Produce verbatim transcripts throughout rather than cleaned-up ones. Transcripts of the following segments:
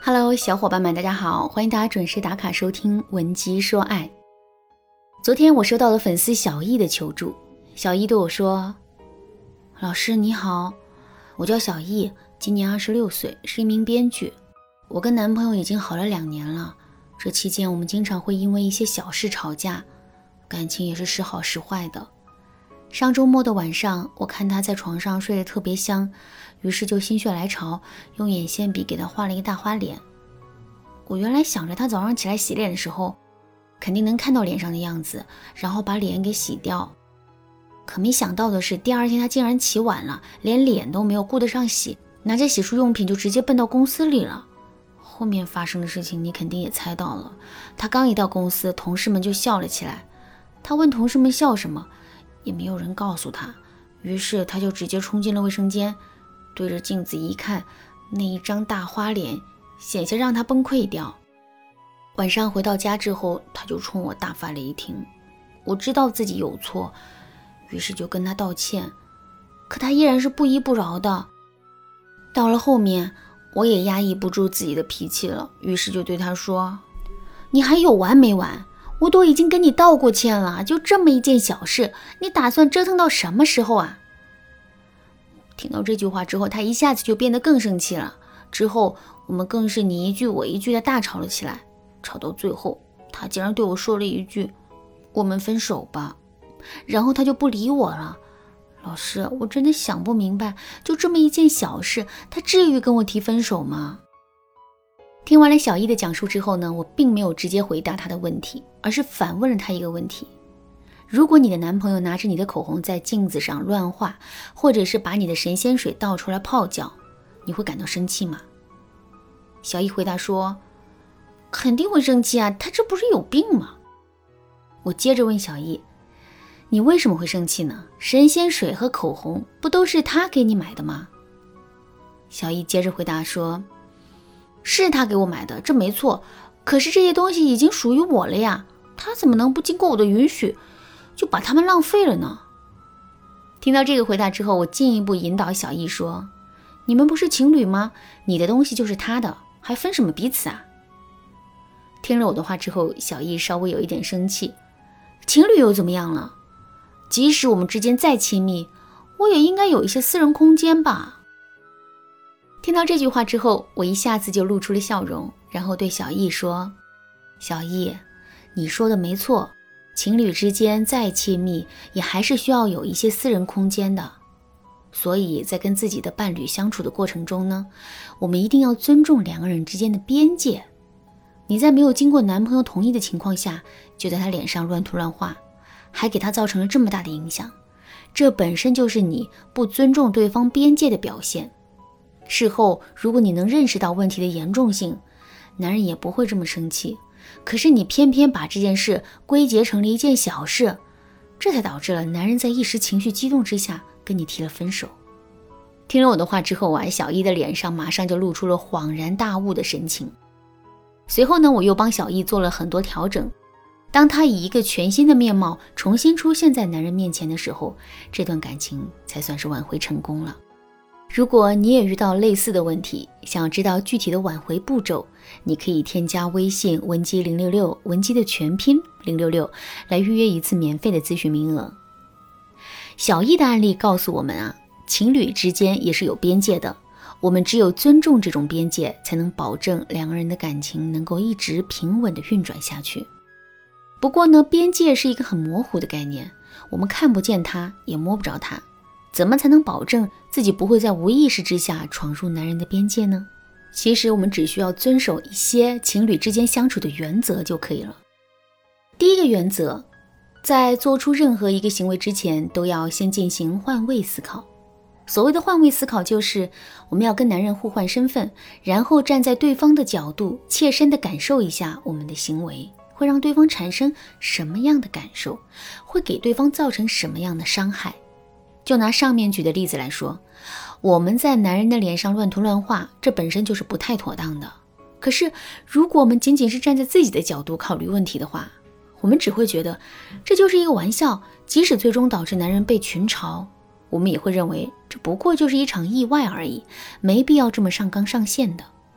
Hello， 小伙伴们，大家好，欢迎大家准时打卡收听文姬说爱。昨天我收到了粉丝小易的求助，小易对我说：老师你好，我叫小易，今年二十六岁，是一名编剧。我跟男朋友已经好了两年了，这期间我们经常会因为一些小事吵架，感情也是时好时坏的。上周末的晚上，我看他在床上睡得特别香，于是就心血来潮，用眼线笔给他画了一个大花脸。我原来想着他早上起来洗脸的时候，肯定能看到脸上的样子，然后把脸给洗掉。可没想到的是，第二天他竟然起晚了，连脸都没有顾得上洗，拿着洗漱用品就直接奔到公司里了。后面发生的事情你肯定也猜到了，他刚一到公司，同事们就笑了起来。他问同事们笑什么，也没有人告诉他，于是他就直接冲进了卫生间，对着镜子一看，那一张大花脸险些让他崩溃掉。晚上回到家之后，他就冲我大发雷霆。我知道自己有错，于是就跟他道歉，可他依然是不依不饶的。到了后面，我也压抑不住自己的脾气了，于是就对他说：你还有完没完？我都已经跟你道过歉了，就这么一件小事，你打算折腾到什么时候啊？听到这句话之后，他一下子就变得更生气了。之后我们更是你一句我一句的大吵了起来，吵到最后他竟然对我说了一句：我们分手吧。然后他就不理我了。老师，我真的想不明白，就这么一件小事，他至于跟我提分手吗？听完了小易的讲述之后呢，我并没有直接回答他的问题，而是反问了他一个问题：如果你的男朋友拿着你的口红在镜子上乱画，或者是把你的神仙水倒出来泡脚，你会感到生气吗？小易回答说：肯定会生气啊，他这不是有病吗？我接着问小易：你为什么会生气呢？神仙水和口红不都是他给你买的吗？小易接着回答说：是他给我买的，这没错，可是这些东西已经属于我了呀，他怎么能不经过我的允许就把它们浪费了呢？听到这个回答之后，我进一步引导小易说：你们不是情侣吗？你的东西就是他的，还分什么彼此啊？听了我的话之后，小易稍微有一点生气。情侣又怎么样了？即使我们之间再亲密，我也应该有一些私人空间吧。听到这句话之后，我一下子就露出了笑容，然后对小易说：小易，你说的没错，情侣之间再亲密，也还是需要有一些私人空间的。所以在跟自己的伴侣相处的过程中呢，我们一定要尊重两个人之间的边界。你在没有经过男朋友同意的情况下，就在他脸上乱涂乱画，还给他造成了这么大的影响，这本身就是你不尊重对方边界的表现。事后如果你能认识到问题的严重性，男人也不会这么生气。可是你偏偏把这件事归结成了一件小事，这才导致了男人在一时情绪激动之下跟你提了分手。听了我的话之后啊，小易的脸上马上就露出了恍然大悟的神情。随后呢，我又帮小易做了很多调整。当他以一个全新的面貌重新出现在男人面前的时候，这段感情才算是挽回成功了。如果你也遇到类似的问题，想要知道具体的挽回步骤，你可以添加微信文姬零六六，文姬的全拼零六六，来预约一次免费的咨询名额。小易的案例告诉我们啊，情侣之间也是有边界的，我们只有尊重这种边界，才能保证两个人的感情能够一直平稳地运转下去。不过呢，边界是一个很模糊的概念，我们看不见它，也摸不着它，怎么才能保证自己不会在无意识之下闯入男人的边界呢？其实我们只需要遵守一些情侣之间相处的原则就可以了。第一个原则，在做出任何一个行为之前，都要先进行换位思考。所谓的换位思考，就是我们要跟男人互换身份，然后站在对方的角度，切身地感受一下我们的行为会让对方产生什么样的感受，会给对方造成什么样的伤害。就拿上面举的例子来说，我们在男人的脸上乱涂乱画，这本身就是不太妥当的。可是如果我们仅仅是站在自己的角度考虑问题的话，我们只会觉得这就是一个玩笑，即使最终导致男人被群嘲，我们也会认为这不过就是一场意外而已，没必要这么上纲上线的。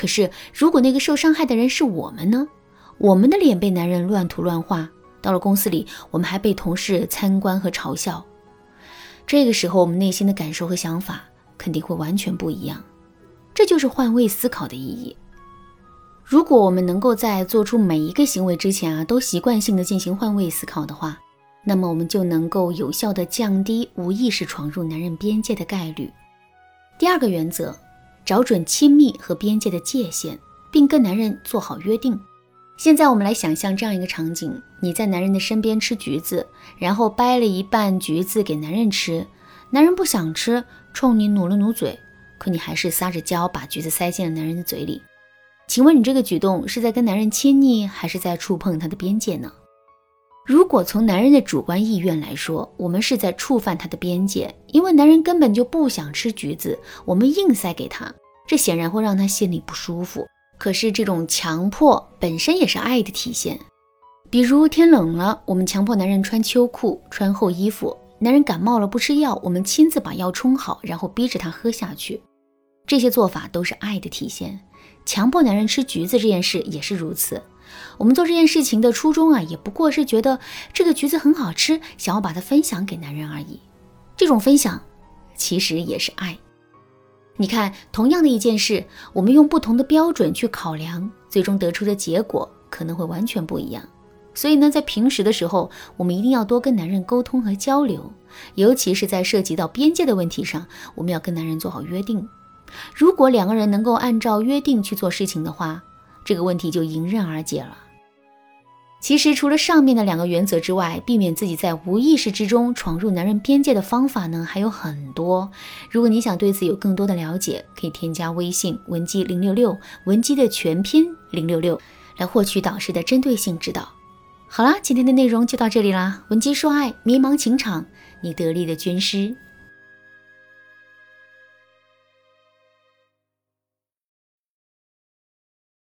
可是如果那个受伤害的人是我们呢？我们的脸被男人乱涂乱画，到了公司里，我们还被同事参观和嘲笑。这个时候，我们内心的感受和想法肯定会完全不一样。这就是换位思考的意义。如果我们能够在做出每一个行为之前啊，都习惯性的进行换位思考的话，那么我们就能够有效的降低无意识闯入男人边界的概率。第二个原则，找准亲密和边界的界限，并跟男人做好约定。现在我们来想象这样一个场景，你在男人的身边吃橘子，然后掰了一半橘子给男人吃，男人不想吃，冲你努了努嘴，可你还是撒着娇把橘子塞进了男人的嘴里。请问你这个举动是在跟男人亲昵，还是在触碰他的边界呢？如果从男人的主观意愿来说，我们是在触犯他的边界，因为男人根本就不想吃橘子，我们硬塞给他，这显然会让他心里不舒服。可是这种强迫本身也是爱的体现。比如天冷了，我们强迫男人穿秋裤，穿厚衣服，男人感冒了不吃药，我们亲自把药冲好，然后逼着他喝下去。这些做法都是爱的体现。强迫男人吃橘子这件事也是如此。我们做这件事情的初衷啊，也不过是觉得这个橘子很好吃，想要把它分享给男人而已。这种分享其实也是爱。你看，同样的一件事，我们用不同的标准去考量，最终得出的结果可能会完全不一样。所以呢，在平时的时候，我们一定要多跟男人沟通和交流，尤其是在涉及到边界的问题上，我们要跟男人做好约定。如果两个人能够按照约定去做事情的话，这个问题就迎刃而解了。其实除了上面的两个原则之外，避免自己在无意识之中闯入男人边界的方法呢还有很多。如果你想对此有更多的了解，可以添加微信文姬零六六，文姬的全拼零六六，来获取导师的针对性指导。好啦，今天的内容就到这里啦。文姬说爱，迷茫情场，你得力的军师。